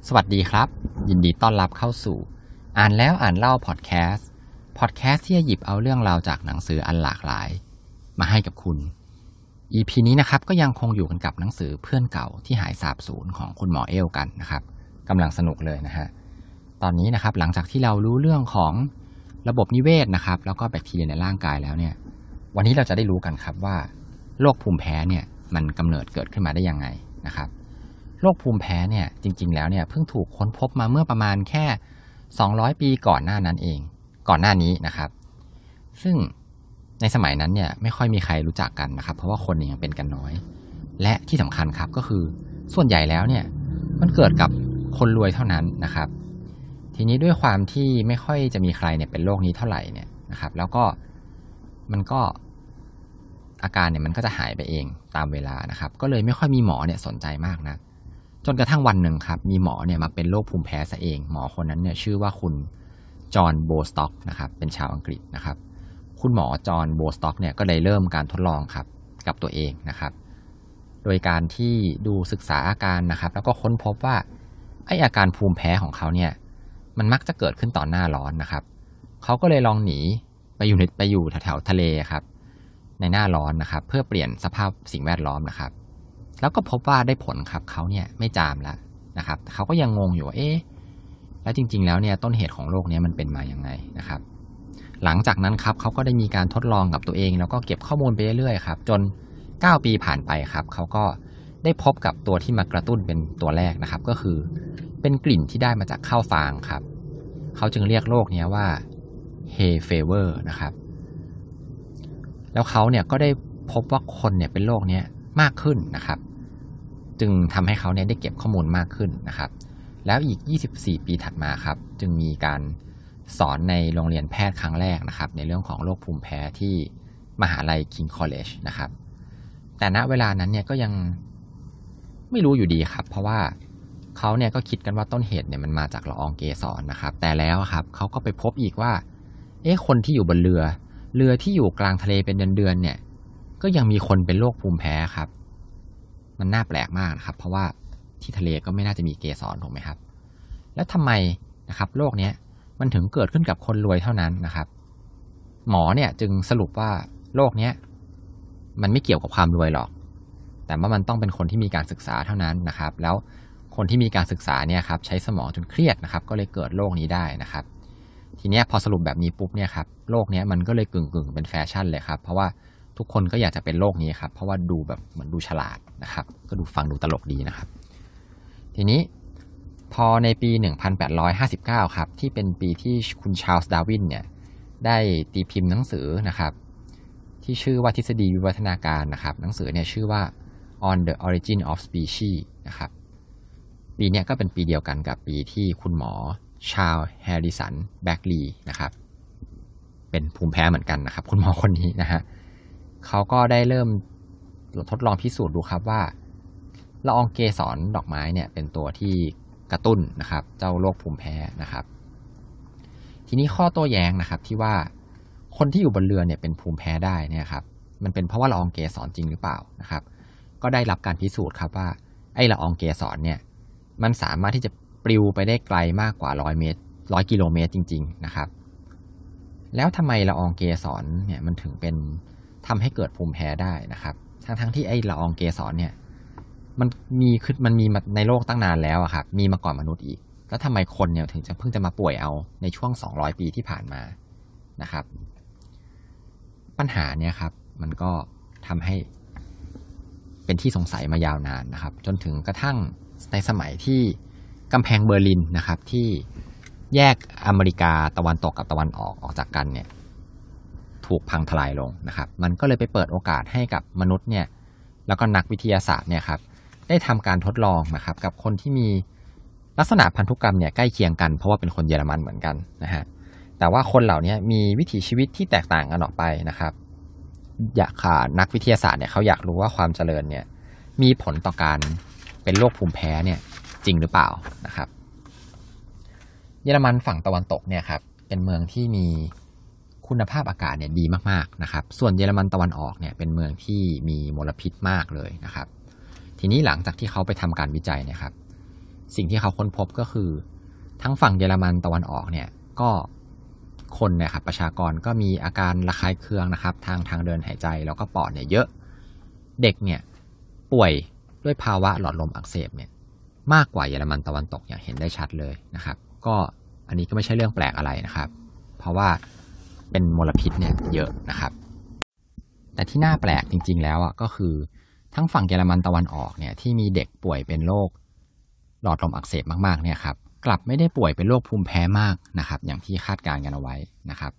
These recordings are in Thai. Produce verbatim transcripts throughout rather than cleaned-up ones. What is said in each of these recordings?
สวัสดีครับยินดีต้อนรับเข้าสู่อ่านแล้วอ่านเล่าพอดแคสต์พอดแคสต์ที่จะหยิบเอาเรื่องราวจากหนังสืออันหลากหลายมาให้กับคุณ อี พี นี้นะครับก็ยังคงอยู่กันกับหนังสือเพื่อนเก่าที่หายสาบสูญของคุณหมอเอลกันนะครับกำลังสนุกเลยนะฮะตอนนี้นะครับหลังจากที่เรารู้เรื่องของระบบนิเวศนะครับแล้วก็แบคทีเรียในร่างกายแล้วเนี่ยวันนี้เราจะได้รู้กันครับว่าโรคภูมิแพ้เนี่ยมันกำเนิดเกิดขึ้นมาได้ยังไงนะครับโรคภูมิแพ้เนี่ยจริงๆแล้วเนี่ยเพิ่งถูกค้นพบมาเมื่อประมาณแค่สองร้อยปีก่อนหน้านั้นเองก่อนหน้านี้นะครับซึ่งในสมัยนั้นเนี่ยไม่ค่อยมีใครรู้จักกันนะครับเพราะว่าคนยังเป็นกันน้อยและที่สำคัญครับก็คือส่วนใหญ่แล้วเนี่ยมันเกิดกับคนรวยเท่านั้นนะครับทีนี้ด้วยความที่ไม่ค่อยจะมีใครเนี่ยเป็นโรคนี้เท่าไหร่เนี่ยนะครับแล้วก็มันก็อาการเนี่ยมันก็จะหายไปเองตามเวลานะครับก็เลยไม่ค่อยมีหมอเนี่ยสนใจมากนะจนกระทั่งวันหนึ่งครับมีหมอเนี่ยมาเป็นโรคภูมิแพ้ซะเองหมอคนนั้นเนี่ยชื่อว่าคุณจอห์นโบสต็อกนะครับเป็นชาวอังกฤษนะครับคุณหมอจอห์นโบสต็อกเนี่ยก็เลยเริ่มการทดลองครับกับตัวเองนะครับโดยการที่ดูศึกษาอาการนะครับแล้วก็ค้นพบว่าไออาการภูมิแพ้ของเขาเนี่ยมันมักจะเกิดขึ้นตอนหน้าร้อนนะครับเขาก็เลยลองหนีไปอยู่ในไปอยู่แถวๆทะเลครับในหน้าร้อนนะครับเพื่อเปลี่ยนสภาพสิ่งแวดล้อมนะครับแล้วก็พบว่าได้ผลครับเขาเนี่ยไม่จามแล้วนะครับเขาก็ยังงงอยู่ว่าเอ๊ะแล้วจริงๆแล้วเนี่ยต้นเหตุของโรคนี้มันเป็นมาอย่างไงนะครับหลังจากนั้นครับเขาก็ได้มีการทดลองกับตัวเองแล้วก็เก็บข้อมูลไปเรื่อยๆครับจนเก้าปีผ่านไปครับเขาก็ได้พบกับตัวที่มากระตุ้นเป็นตัวแรกนะครับก็คือเป็นกลิ่นที่ได้มาจากข้าวฟางครับเขาจึงเรียกโรคนี้ว่า hay fever นะครับแล้วเขาเนี่ยก็ได้พบว่าคนเนี่ยเป็นโรคนี้มากขึ้นนะครับจึงทำให้เขาเนี่ยได้เก็บข้อมูลมากขึ้นนะครับแล้วอีกยี่สิบสี่ปีถัดมาครับจึงมีการสอนในโรงเรียนแพทย์ครั้งแรกนะครับในเรื่องของโรคภูมิแพ้ที่มหาลัย King College นะครับแต่ณเวลานั้นเนี่ยก็ยังไม่รู้อยู่ดีครับเพราะว่าเขาเนี่ยก็คิดกันว่าต้นเหตุเนี่ยมันมาจากละอองเกสรนะครับแต่แล้วครับเขาก็ไปพบอีกว่าเอ๊ะคนที่อยู่บนเรือเรือที่อยู่กลางทะเลเป็นเดือนๆเนี่ยก็ยังมีคนเป็นโรคภูมิแพ้ครับมันน่าแปลกมากนะครับเพราะว่าที่ทะเลก็ไม่น่าจะมีเกสรถูกไหมครับแล้วทำไมนะครับโรคนี้มันถึงเกิดขึ้นกับคนรวยเท่านั้นนะครับหมอเนี่ยจึงสรุปว่าโรคนี้มันไม่เกี่ยวกับความรวยหรอกแต่ว่ามันต้องเป็นคนที่มีการศึกษาเท่านั้นนะครับแล้วคนที่มีการศึกษาเนี่ยครับใช้สมองจนเครียดนะครับก็เลยเกิดโรคนี้ได้นะครับทีนี้พอสรุปแบบนี้ปุ๊บเนี่ยครับโรคนี้มันก็เลยกึ่งๆเป็นแฟชั่นเลยครับเพราะว่าทุกคนก็อยากจะเป็นโรคนี้ครับเพราะว่าดูแบบเหมือนดูฉลาดนะครับก็ดูฟังดูตลกดีนะครับทีนี้พอในปีหนึ่งพันแปดร้อยห้าสิบเก้าครับที่เป็นปีที่คุณชาร์ลส์ดาร์วินเนี่ยได้ตีพิมพ์หนังสือนะครับที่ชื่อว่าทฤษฎีวิวัฒนาการนะครับหนังสือเนี่ยชื่อว่า On the Origin of Species นะครับปีนี้ก็เป็นปีเดียวกันกับปีที่คุณหมอชาร์ลส์แฮร์ริสันแบ็กลีย์นะครับเป็นภูมิแพ้เหมือนกันนะครับคุณหมอคนนี้นะฮะเขาก็ได้เริ่มทดลองพิสูจน์ดูครับว่าละอองเกสรดอกไม้เนี่ยเป็นตัวที่กระตุ้นนะครับเจ้าโรคภูมิแพ้นะครับทีนี้ข้อโต้แย้งนะครับที่ว่าคนที่อยู่บนเรือเนี่ยเป็นภูมิแพ้ได้เนี่ยครับมันเป็นเพราะว่าละอองเกสรจริงหรือเปล่านะครับก็ได้รับการพิสูจน์ครับว่าไอ้ละอองเกสรเนี่ยมันสามารถที่จะปลิวไปได้ไกลมากกว่าร้อยเมตรร้อยกิโลเมตรจริงๆนะครับแล้วทำไมละอองเกสรเนี่ยมันถึงเป็นทำให้เกิดภูมิแพ้ได้นะครับทั้งทั้งที่ไอ้ละอองเกสรเนี่ยมันมีคือมันมีมาในโลกตั้งนานแล้วอะครับมีมาก่อนมนุษย์อีกแล้วทำไมคนเนี่ยถึงจะเพิ่งจะมาป่วยเอาในช่วงสองร้อยปีที่ผ่านมานะครับปัญหาเนี่ยครับมันก็ทำให้เป็นที่สงสัยมายาวนานนะครับจนถึงกระทั่งในสมัยที่กำแพงเบอร์ลินนะครับที่แยกอเมริกาตะวันตกกับตะวันออกออกจากกันเนี่ยถูกพังทลายลงนะครับมันก็เลยไปเปิดโอกาสให้กับมนุษย์เนี่ยแล้วก็นักวิทยาศาสตร์เนี่ยครับได้ทำการทดลองนะครับกับคนที่มีลักษณะพันธุกรรมเนี่ยใกล้เคียงกันเพราะว่าเป็นคนเยอรมันเหมือนกันนะฮะแต่ว่าคนเหล่านี้มีวิถีชีวิตที่แตกต่างกันออกไปนะครับอยากขานักวิทยาศาสตร์เนี่ยเขาอยากรู้ว่าความเจริญเนี่ยมีผลต่อการเป็นโรคภูมิแพ้เนี่ยจริงหรือเปล่านะครับเยอรมันฝั่งตะวันตกเนี่ยครับเป็นเมืองที่มีคุณภาพอากาศเนี่ยดีมากๆนะครับส่วนเยอรมันตะวันออกเนี่ยเป็นเมืองที่มีมลพิษมากเลยนะครับทีนี้หลังจากที่เขาไปทำการวิจัยเนี่ยครับสิ่งที่เขาค้นพบก็คือทั้งฝั่งเยอรมันตะวันออกเนี่ยก็คนเนี่ยครับประชากรก็มีอาการระคายเคืองนะครับทางทางเดินหายใจแล้วก็ปอดเนี่ยเยอะเด็กเนี่ยป่วยด้วยภาวะหลอดลมอักเสบเนี่ยมากกว่าเยอรมันตะวันตกอย่างเห็นได้ชัดเลยนะครับก็อันนี้ก็ไม่ใช่เรื่องแปลกอะไรนะครับเพราะว่าเป็นมลพิษเนี่ยเยอะนะครับแต่ที่น่าแปลกจริงๆแล้วอ่ะก็คือทั้งฝั่งเยอรมันตะวันออกเนี่ยที่มีเด็กป่วยเป็นโรคหลอดลมอักเสบมากๆเนี่ยครับกลับไม่ได้ป่วยเป็นโรคภูมิแพ้มากนะครับอย่างที่คาดการณ์กันเอาไว้นะครับ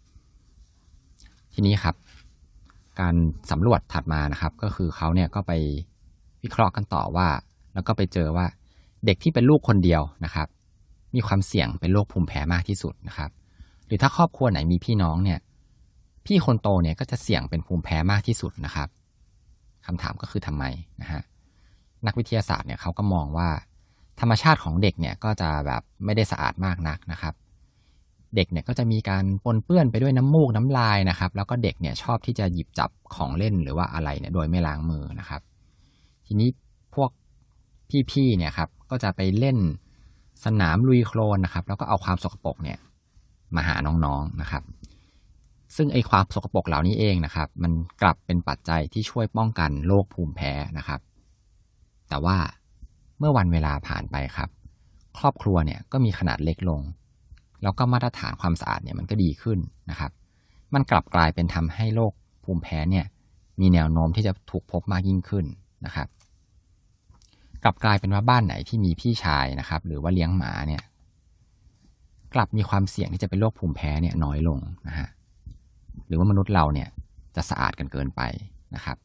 ทีนี้ครับการสำรวจถัดมานะครับก็คือเขาเนี่ยก็ไปวิเคราะห์กันต่อว่าแล้วก็ไปเจอว่าเด็กที่เป็นลูกคนเดียวนะครับมีความเสี่ยงเป็นโรคภูมิแพ้มากที่สุดนะครับหรือถ้าครอบครัวไหนมีพี่น้องเนี่ยพี่คนโตเนี่ยก็จะเสี่ยงเป็นภูมิแพ้มากที่สุดนะครับคำถามก็คือทำไมนะฮะนักวิทยาศาสตร์เนี่ยเขาก็มองว่าธรรมชาติของเด็กเนี่ยก็จะแบบไม่ได้สะอาดมากนักนะครับเด็กเนี่ยก็จะมีการปนเปื้อนไปด้วยน้ำมูกน้ำลายนะครับแล้วก็เด็กเนี่ยชอบที่จะหยิบจับของเล่นหรือว่าอะไรเนี่ยโดยไม่ล้างมือนะครับทีนี้พวกพี่ๆเนี่ยครับก็จะไปเล่นสนามลุยโคลนนะครับแล้วก็เอาความสกปรกเนี่ยมาหาน้องๆนะครับซึ่งไอ้ความสกปรกเหล่านี้เองนะครับมันกลับเป็นปัจจัยที่ช่วยป้องกันโรคภูมิแพ้นะครับแต่ว่าเมื่อวันเวลาผ่านไปครับครอบครัวเนี่ยก็มีขนาดเล็กลงแล้วก็มาตรฐานความสะอาดเนี่ยมันก็ดีขึ้นนะครับมันกลับกลายเป็นทำให้โรคภูมิแพ้เนี่ยมีแนวโน้มที่จะถูกพบมากยิ่งขึ้นนะครับกลับกลายเป็นว่าบ้านไหนที่มีพี่ชายนะครับหรือว่าเลี้ยงหมาเนี่ยกลับมีความเสี่ยงที่จะเป็นโรคภูมิแพ้เนี่ยน้อยลงนะฮะหรือว่ามนุษย์เราเนี่ยจะสะอาดกันเกินไปนะครับ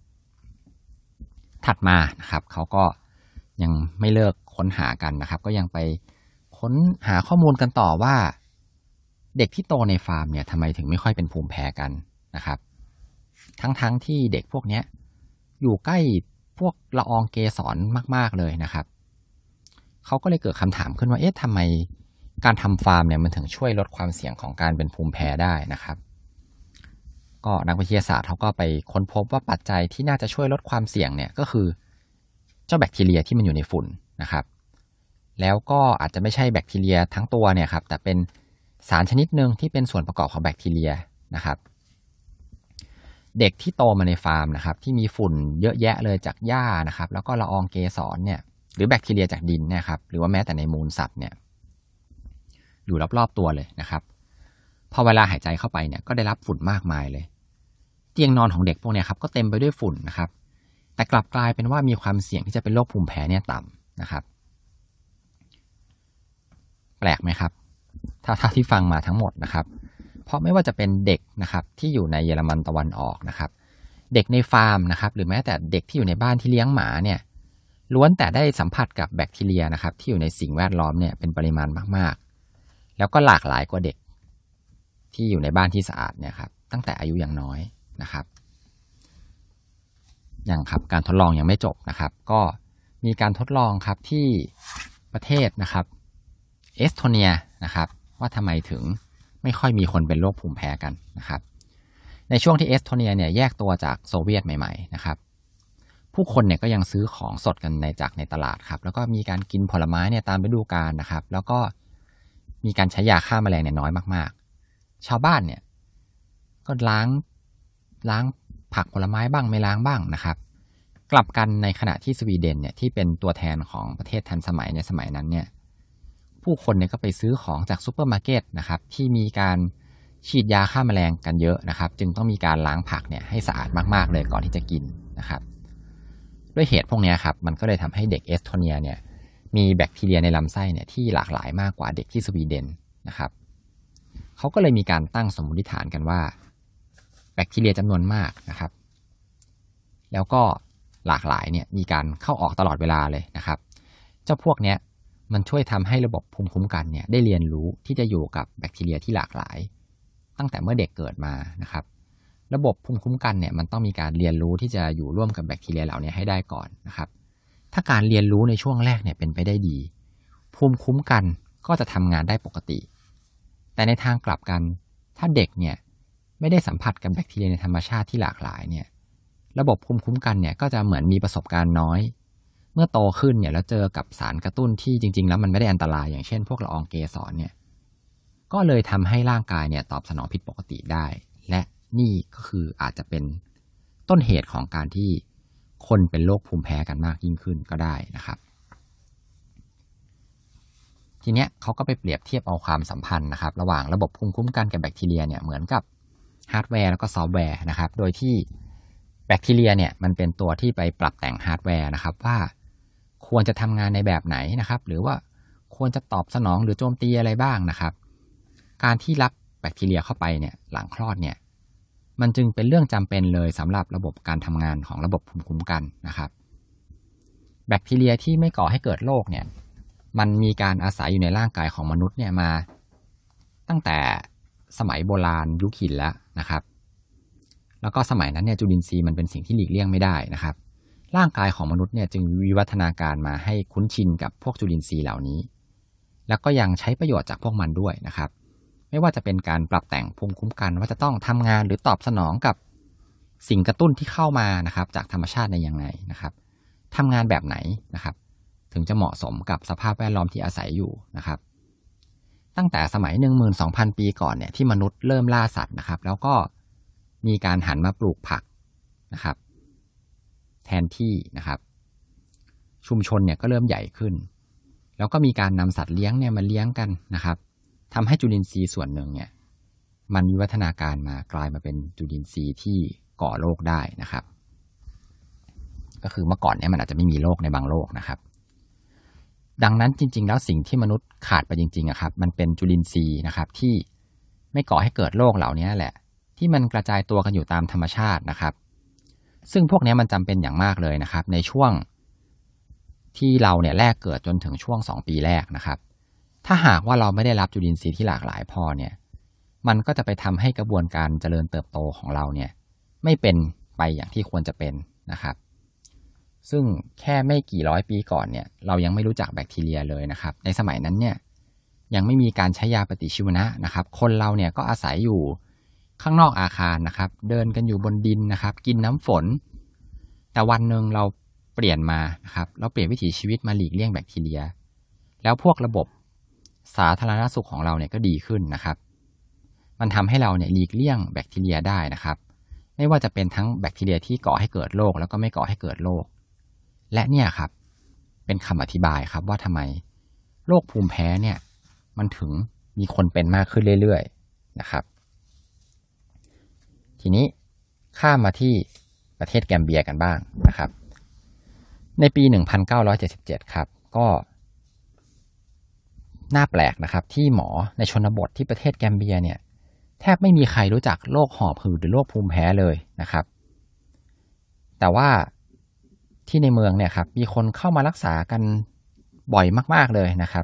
ถัดมานะครับเขาก็ยังไม่เลิกค้นหากันนะครับก็ยังไปค้นหาข้อมูลกันต่อว่าเด็กที่โตในฟาร์มเนี่ยทำไมถึงไม่ค่อยเป็นภูมิแพ้กันนะครับทั้งๆ ท, ที่เด็กพวกนี้อยู่ใกล้พวกละอองเกสรมากๆเลยนะครับเขาก็เลยเกิดคำถามขึ้นว่าเอ๊ะทำไมการทำฟาร์มเนี่ยมันถึงช่วยลดความเสี่ยงของการเป็นภูมิแพ้ได้นะครับก็นักวิทยาศาสตร์เขาก็ไปค้นพบว่าปัจจัยที่น่าจะช่วยลดความเสี่ยงเนี่ยก็คือเจ้าแบคทีเรียที่มันอยู่ในฝุ่นนะครับแล้วก็อาจจะไม่ใช่แบคทีเรียทั้งตัวเนี่ยครับแต่เป็นสารชนิดหนึ่งที่เป็นส่วนประกอบของแบคทีเรียนะครับเด็กที่โตมาในฟาร์มนะครับที่มีฝุ่นเยอะแยะเลยจากหญ้านะครับแล้วก็ละอองเกสรเนี่ยหรือแบคทีเรียจากดินเนี่ยครับหรือว่าแม้แต่ในมูลสัตว์เนี่ยอยู่รอบๆตัวเลยนะครับพอเวลาหายใจเข้าไปเนี่ยก็ได้รับฝุ่นมากมายเลยเตียงนอนของเด็กพวกนี้ครับก็เต็มไปด้วยฝุ่นนะครับแต่กลับกลายเป็นว่ามีความเสี่ยงที่จะเป็นโรคภูมิแพ้เนี่ยต่ำนะครับแปลกไหมครับถ้าถ้าที่ฟังมาทั้งหมดนะครับเพราะไม่ว่าจะเป็นเด็กนะครับที่อยู่ในเยอรมันตะวันออกนะครับเด็กในฟาร์มนะครับหรือแม้แต่เด็กที่อยู่ในบ้านที่เลี้ยงหมาเนี่ยล้วนแต่ได้สัมผัสกับแบคทีเรียนะครับที่อยู่ในสิ่งแวดล้อมเนี่ยเป็นปริมาณมากๆแล้วก็หลากหลายกว่าเด็กที่อยู่ในบ้านที่สะอาดเนี่ยครับตั้งแต่อายุยังน้อยนะครับอย่างครับการทดลองยังไม่จบนะครับก็มีการทดลองครับที่ประเทศนะครับเอสโตเนียนะครับว่าทำไมถึงไม่ค่อยมีคนเป็นโรคภูมิแพ้กันนะครับในช่วงที่เอสโตเนียเนี่ยแยกตัวจากโซเวียตใหม่ๆนะครับผู้คนเนี่ยก็ยังซื้อของสดกันในจากในตลาดครับแล้วก็มีการกินผลไม้เนี่ยตามฤดูกาลนะครับแล้วก็มีการใช้ยาฆ่าแมลงเนี่ยน้อยมากๆชาวบ้านเนี่ยก็ล้างล้างผักผลไม้บ้างไม่ล้างบ้างนะครับกลับกันในขณะที่สวีเดนเนี่ยที่เป็นตัวแทนของประเทศทันสมัยในสมัยนั้นเนี่ยผู้คนเนี่ยก็ไปซื้อของจากซูเปอร์มาร์เก็ตนะครับที่มีการฉีดยาฆ่าแมลงกันเยอะนะครับจึงต้องมีการล้างผักเนี่ยให้สะอาดมากๆเลยก่อนที่จะกินนะครับด้วยเหตุพวกนี้ครับมันก็เลยทำให้เด็กเอสโตเนียเนี่ยมีแบคทีเรียในลำไส้เนี่ยที่หลากหลายมากกว่าเด็กที่สวีเดนนะครับเขาก็เลยมีการตั้งสมมติฐานกันว่าแบคทีเรียจำนวนมากนะครับแล้วก็หลากหลายเนี่ยมีการเข้าออกตลอดเวลาเลยนะครับเจ้าพวกเนี้ยมันช่วยทำให้ระบบภูมิคุ้มกันเนี่ยได้เรียนรู้ที่จะอยู่กับแบคทีเรียที่หลากหลายตั้งแต่เมื่อเด็กเกิดมานะครับระบบภูมิคุ้มกันเนี่ยมันต้องมีการเรียนรู้ที่จะอยู่ร่วมกับแบคทีเรียเหล่านี้ให้ได้ก่อนนะครับถ้าการเรียนรู้ในช่วงแรกเนี่ยเป็นไปได้ดีภูมิคุ้มกันก็จะทำงานได้ปกติแต่ในทางกลับกันถ้าเด็กเนี่ยไม่ได้สัมผัสกับแบคทีเรียในธรรมชาติที่หลากหลายเนี่ยระบบภูมิคุ้มกันเนี่ยก็จะเหมือนมีประสบการณ์น้อยเมื่อโตขึ้นเนี่ยแล้วเจอกับสารกระตุ้นที่จริงๆแล้วมันไม่ได้อันตรายอย่างเช่นพวกละอองเกสรเนี่ยก็เลยทำให้ร่างกายเนี่ยตอบสนองผิดปกติได้และนี่ก็คืออาจจะเป็นต้นเหตุของการที่คนเป็นโรคภูมิแพ้กันมากยิ่งขึ้นก็ได้นะครับทีเนี้ยเขาก็ไปเปรียบเทียบเอาความสัมพันธ์นะครับระหว่างระบบภูมิคุ้มกันกับแบคทีเรียเนี่ยเหมือนกับฮาร์ดแวร์แล้วก็ซอฟต์แวร์นะครับโดยที่แบคทีเรียเนี่ยมันเป็นตัวที่ไปปรับแต่งฮาร์ดแวร์นะครับว่าควรจะทำงานในแบบไหนนะครับหรือว่าควรจะตอบสนองหรือโจมตีอะไรบ้างนะครับการที่รับแบคทีเรียเข้าไปเนี่ยหลังคลอดเนี่ยมันจึงเป็นเรื่องจำเป็นเลยสำหรับระบบการทำงานของระบบภูมิคุ้มกันนะครับแบคทีเรียที่ไม่ก่อให้เกิดโรคเนี่ยมันมีการอาศัยอยู่ในร่างกายของมนุษย์เนี่ยมาตั้งแต่สมัยโบราณยุคหินแล้วนะครับแล้วก็สมัยนั้นเนี่ยจุลินทรีย์มันเป็นสิ่งที่หลีกเลี่ยงไม่ได้นะครับร่างกายของมนุษย์เนี่ยจึงวิวัฒนาการมาให้คุ้นชินกับพวกจุลินทรีย์เหล่านี้แล้วก็ยังใช้ประโยชน์จากพวกมันด้วยนะครับไม่ว่าจะเป็นการปรับแต่งภูมิคุ้มกันว่าจะต้องทำงานหรือตอบสนองกับสิ่งกระตุ้นที่เข้ามานะครับจากธรรมชาติในยังไงนะครับทำงานแบบไหนนะครับถึงจะเหมาะสมกับสภาพแวดล้อมที่อาศัยอยู่นะครับตั้งแต่สมัย หนึ่งหมื่นสองพัน ปีก่อนเนี่ยที่มนุษย์เริ่มล่าสัตว์นะครับแล้วก็มีการหันมาปลูกผักนะครับแทนที่นะครับชุมชนเนี่ยก็เริ่มใหญ่ขึ้นแล้วก็มีการนำสัตว์เลี้ยงเนี่ยมาเลี้ยงกันนะครับทำให้จุลินทรีย์ส่วนหนึ่งเนี่ยมันวิวัฒนาการมากลายมาเป็นจุลินทรีย์ที่ก่อโรคได้นะครับก็คือเมื่อก่อนเนี่ยมันอาจจะไม่มีโรคในบางโรคนะครับดังนั้นจริงๆแล้วสิ่งที่มนุษย์ขาดไปจริงๆอะครับมันเป็นจุลินทรีย์นะครับที่ไม่ก่อให้เกิดโรคเหล่านี้แหละที่มันกระจายตัวกันอยู่ตามธรรมชาตินะครับซึ่งพวกนี้มันจำเป็นอย่างมากเลยนะครับในช่วงที่เราเนี่ยแรกเกิดจนถึงช่วงสองปีแรกนะครับถ้าหากว่าเราไม่ได้รับจุลินทรีย์ที่หลากหลายพอเนี่ยมันก็จะไปทำให้กระบวนการเจริญเติบโตของเราเนี่ยไม่เป็นไปอย่างที่ควรจะเป็นนะครับซึ่งแค่ไม่กี่ร้อยปีก่อนเนี่ยเรายังไม่รู้จักแบคทีเรียเลยนะครับในสมัยนั้นเนี่ยยังไม่มีการใช้ยาปฏิชีวนะนะครับคนเราเนี่ยก็อาศัยอยู่ข้างนอกอาคารนะครับเดินกันอยู่บนดินนะครับกินน้ำฝนแต่วันหนึ่งเราเปลี่ยนมานะครับเราเปลี่ยนวิถีชีวิตมาหลีกเลี่ยงแบคทีเรียแล้วพวกระบบสาธารณสุขของเราเนี่ยก็ดีขึ้นนะครับมันทำให้เราเนี่ยหลีกเลี่ยงแบคทีเรียได้นะครับไม่ว่าจะเป็นทั้งแบคทีเรียที่ก่อให้เกิดโรคแล้วก็ไม่ก่อให้เกิดโรคและเนี่ยครับเป็นคำอธิบายครับว่าทำไมโรคภูมิแพ้เนี่ยมันถึงมีคนเป็นมากขึ้นเรื่อยๆนะครับทีนี้ข้ามมาที่ประเทศแกมเบียกันบ้างนะครับในปีหนึ่งพันเก้าร้อยเจ็ดสิบเจ็ดครับก็น่าแปลกนะครับที่หมอในชนบทที่ประเทศแกมเบียเนี่ยแทบไม่มีใครรู้จักโรคหอบหืดหรือโรคภูมิแพ้เลยนะครับแต่ว่าที่ในเมืองเนี่ยครับมีคนเข้ามารักษากันบ่อยมากๆเลยนะครับ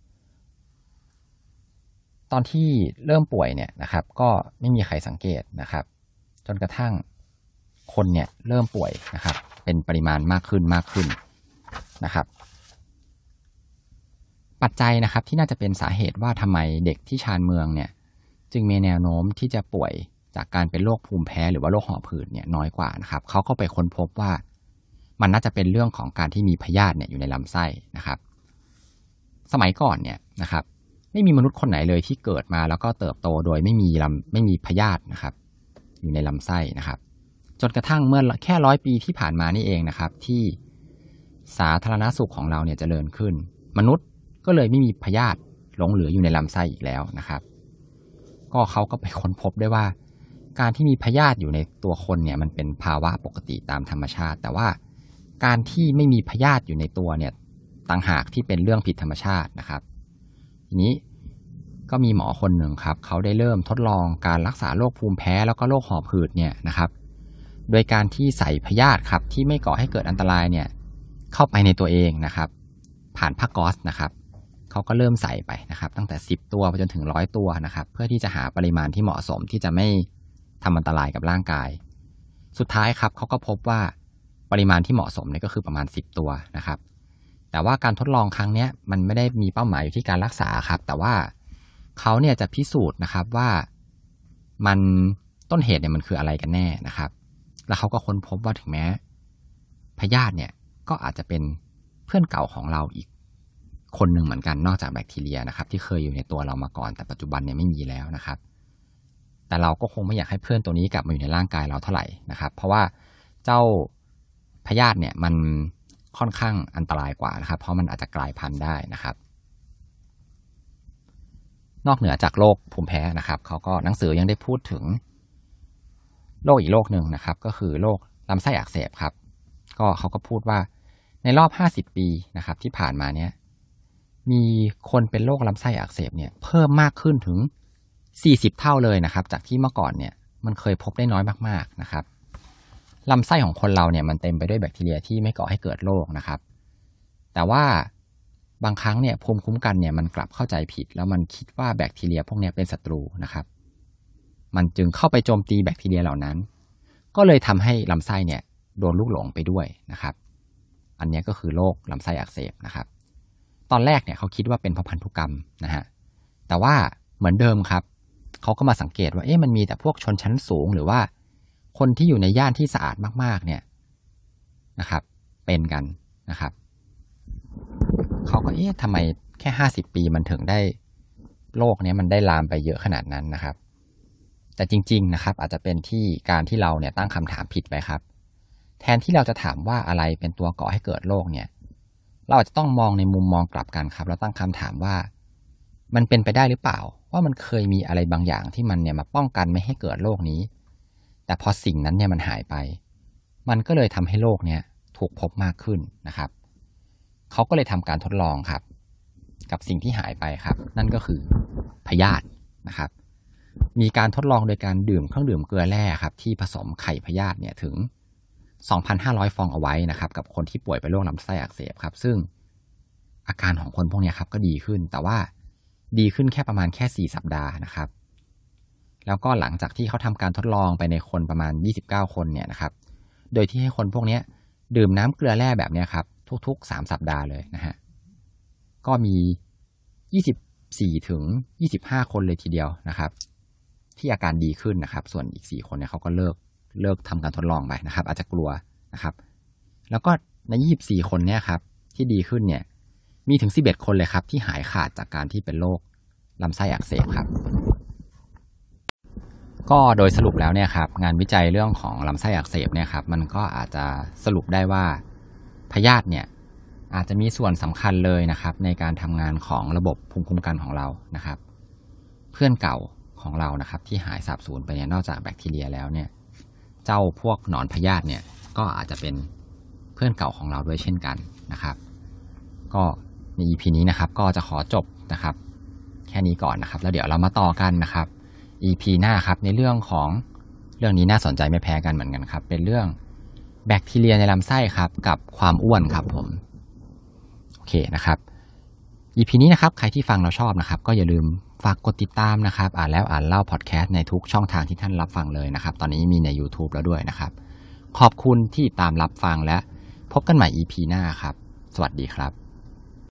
ตอนที่เริ่มป่วยเนี่ยนะครับก็ไม่มีใครสังเกตนะครับจนกระทั่งคนเนี่ยเริ่มป่วยนะครับเป็นปริมาณมากขึ้นมากขึ้นนะครับปัจจัยนะครับที่น่าจะเป็นสาเหตุว่าทำไมเด็กที่ชานเมืองเนี่ยจึงมีแนวโน้มที่จะป่วยจากการเป็นโรคภูมิแพ้หรือว่าโรคหอบหืดเนี่ยน้อยกว่านะครับเขาก็ไปค้นพบว่ามันน่าจะเป็นเรื่องของการที่มีพยาธิเนี่ยอยู่ในลำไส้นะครับสมัยก่อนเนี่ยนะครับไม่มีมนุษย์คนไหนเลยที่เกิดมาแล้วก็เติบโตโดยไม่มีลำไม่มีพยาธินะครับอยู่ในลำไส้นะครับจนกระทั่งเมื่อแค่ร้อยปีที่ผ่านมานี่เองนะครับที่สาธารณสุขของเราเนี่ยเจริญขึ้นมนุษย์ก็เลยไม่มีพยาธิหลงเหลืออยู่ในลำไส้อีกแล้วนะครับก็เขาก็ไปค้นพบได้ว่าการที่มีพยาธิอยู่ในตัวคนเนี่ยมันเป็นภาวะปกติตามธรรมชาติแต่ว่าการที่ไม่มีพยาธิอยู่ในตัวเนี่ยต่างหากที่เป็นเรื่องผิดธรรมชาตินะครับทีนี้ก็มีหมอคนหนึ่งครับเขาได้เริ่มทดลองการรักษาโรคภูมิแพ้แล้วก็โรคหอบหืดเนี่ยนะครับโดยการที่ใส่พยาธิครับที่ไม่ก่อให้เกิดอันตรายเนี่ยเข้าไปในตัวเองนะครับผ่านผ้าก๊อซนะครับเขาก็เริ่มใส่ไปนะครับตั้งแต่สิบตัวไปจนถึงร้อยตัวนะครับเพื่อที่จะหาปริมาณที่เหมาะสมที่จะไม่ทำอันตรายกับร่างกายสุดท้ายครับเขาก็พบว่าปริมาณที่เหมาะสมเนี่ยก็คือประมาณสิบตัวนะครับแต่ว่าการทดลองครั้งนี้มันไม่ได้มีเป้าหมายอยู่ที่การรักษาครับแต่ว่าเขาเนี่ยจะพิสูจน์นะครับว่ามันต้นเหตุเนี่ยมันคืออะไรกันแน่นะครับแล้วเขาก็ค้นพบว่าถึงแม้พยาธิเนี่ยก็อาจจะเป็นพื่อนเก่าของเราอีกคนหนึ่งเหมือนกันนอกจากแบคทีเรียนะครับที่เคยอยู่ในตัวเรามาก่อนแต่ปัจจุบันเนี่ยไม่มีแล้วนะครับแต่เราก็คงไม่อยากให้เพื่อนตัวนี้กลับมาอยู่ในร่างกายเราเท่าไหร่นะครับเพราะว่าเจ้าพยาธิเนี่ยมันค่อนข้างอันตรายกว่านะครับเพราะมันอาจจะกลายพันธุ์ได้นะครับนอกเหนือจากโรคภูมิแพ้นะครับเขาก็หนังสือยังได้พูดถึงโรคอีกโรคหนึ่งนะครับก็คือโรคลำไส้อักเสบครับก็เขาก็พูดว่าในรอบห้าสิบปีนะครับที่ผ่านมาเนี่ยมีคนเป็นโรคลำไส้อักเสบเนี่ยเพิ่มมากขึ้นถึงสี่สิบเท่าเลยนะครับจากที่เมื่อก่อนเนี่ยมันเคยพบได้น้อยมากๆนะครับลำไส้ของคนเราเนี่ยมันเต็มไปด้วยแบคทีเรียที่ไม่ก่อให้เกิดโรคนะครับแต่ว่าบางครั้งเนี่ยภูมิคุ้มกันเนี่ยมันกลับเข้าใจผิดแล้วมันคิดว่าแบคทีเรียพวกนี้เป็นศัตรูนะครับมันจึงเข้าไปโจมตีแบคทีเรียเหล่านั้นก็เลยทำให้ลำไส้เนี่ยโดนลูกหลงไปด้วยนะครับอันนี้ก็คือโรคลำไส้อักเสบนะครับตอนแรกเนี่ยเขาคิดว่าเป็นเพราะพันธุกรรมนะฮะแต่ว่าเหมือนเดิมครับเขาก็มาสังเกตว่าเอ๊ะมันมีแต่พวกชนชั้นสูงหรือว่าคนที่อยู่ในย่านที่สะอาดมากๆเนี่ยนะครับเป็นกันนะครับเขาก็เอ๊ะทำไมแค่ห้าสิบปีมันถึงได้โรคนี้มันได้ลามไปเยอะขนาดนั้นนะครับแต่จริงๆนะครับอาจจะเป็นที่การที่เราเนี่ยตั้งคำถามผิดไปครับแทนที่เราจะถามว่าอะไรเป็นตัวก่อให้เกิดโรคเนี่ยเราอาจจะต้องมองในมุมมองกลับกันครับแล้วตั้งคำถามว่ามันเป็นไปได้หรือเปล่าว่ามันเคยมีอะไรบางอย่างที่มันเนี่ยมาป้องกันไม่ให้เกิดโรคนี้แต่พอสิ่งนั้นเนี่ยมันหายไปมันก็เลยทำให้โรคเนี่ยถูกพบมากขึ้นนะครับเขาก็เลยทำการทดลองครับกับสิ่งที่หายไปครับนั่นก็คือพยาธินะครับมีการทดลองโดยการดื่มเครื่องดื่มเกลือแร่ครับที่ผสมไข่พยาธิเนี่ยถึง สองพันห้าร้อย ฟองเอาไว้นะครับกับคนที่ป่วยเป็นโรคลำไส้อักเสบครับซึ่งอาการของคนพวกนี้ครับก็ดีขึ้นแต่ว่าดีขึ้นแค่ประมาณแค่สี่สัปดาห์นะครับแล้วก็หลังจากที่เขาทำการทดลองไปในคนประมาณยี่สิบเก้าคนเนี่ยนะครับโดยที่ให้คนพวกนี้ดื่มน้ำเกลือแร่แบบนี้ครับทุกๆสามสัปดาห์เลยนะฮะก็มียี่สิบสี่ถึงยี่สิบห้าคนเลยทีเดียวนะครับที่อาการดีขึ้นนะครับส่วนอีกสี่คนเนี่ยเขาก็เลิกเลิกทำการทดลองไปนะครับอาจจะกลัวนะครับแล้วก็ในยี่สิบสี่คนเนี่ยครับที่ดีขึ้นเนี่ยมีถึงสิบเอ็ดคนเลยครับที่หายขาดจากการที่เป็นโรคลำไส้อักเสบครับก็โดยสรุปแล้วเนี่ยครับงานวิจัยเรื่องของลำไส้อักเสบเนี่ยครับมันก็อาจจะสรุปได้ว่าพยาธิเนี่ยอาจจะมีส่วนสำคัญเลยนะครับในการทำงานของระบบภูมิคุ้มกันของเรานะครับเพื่อนเก่าของเรานะครับที่หายสาบสูญไปเนี่ยนอกจากแบคทีเรียแล้วเนี่ยเจ้าพวกหนอนพยาธิเนี่ยก็อาจจะเป็นเพื่อนเก่าของเราด้วยเช่นกันนะครับก็ใน อี พี นี้นะครับก็จะขอจบนะครับแค่นี้ก่อนนะครับแล้วเดี๋ยวเรามาต่อกันนะครับ อี พี หน้าครับในเรื่องของเรื่องนี้น่าสนใจไม่แพ้กันเหมือนกันครับเป็นเรื่องแบคทีเรียในลำไส้ครับกับความอ้วนครับผมโอเคนะครับ อี พี นี้นะครับใครที่ฟังเราชอบนะครับก็อย่าลืมฝากกดติดตามนะครับอ่านแล้วอ่านเล่าพอดแคสต์ในทุกช่องทางที่ท่านรับฟังเลยนะครับตอนนี้มีใน YouTube แล้วด้วยนะครับขอบคุณที่ตามรับฟังและพบกันใหม่ อี พี หน้าครับสวัสดีครับ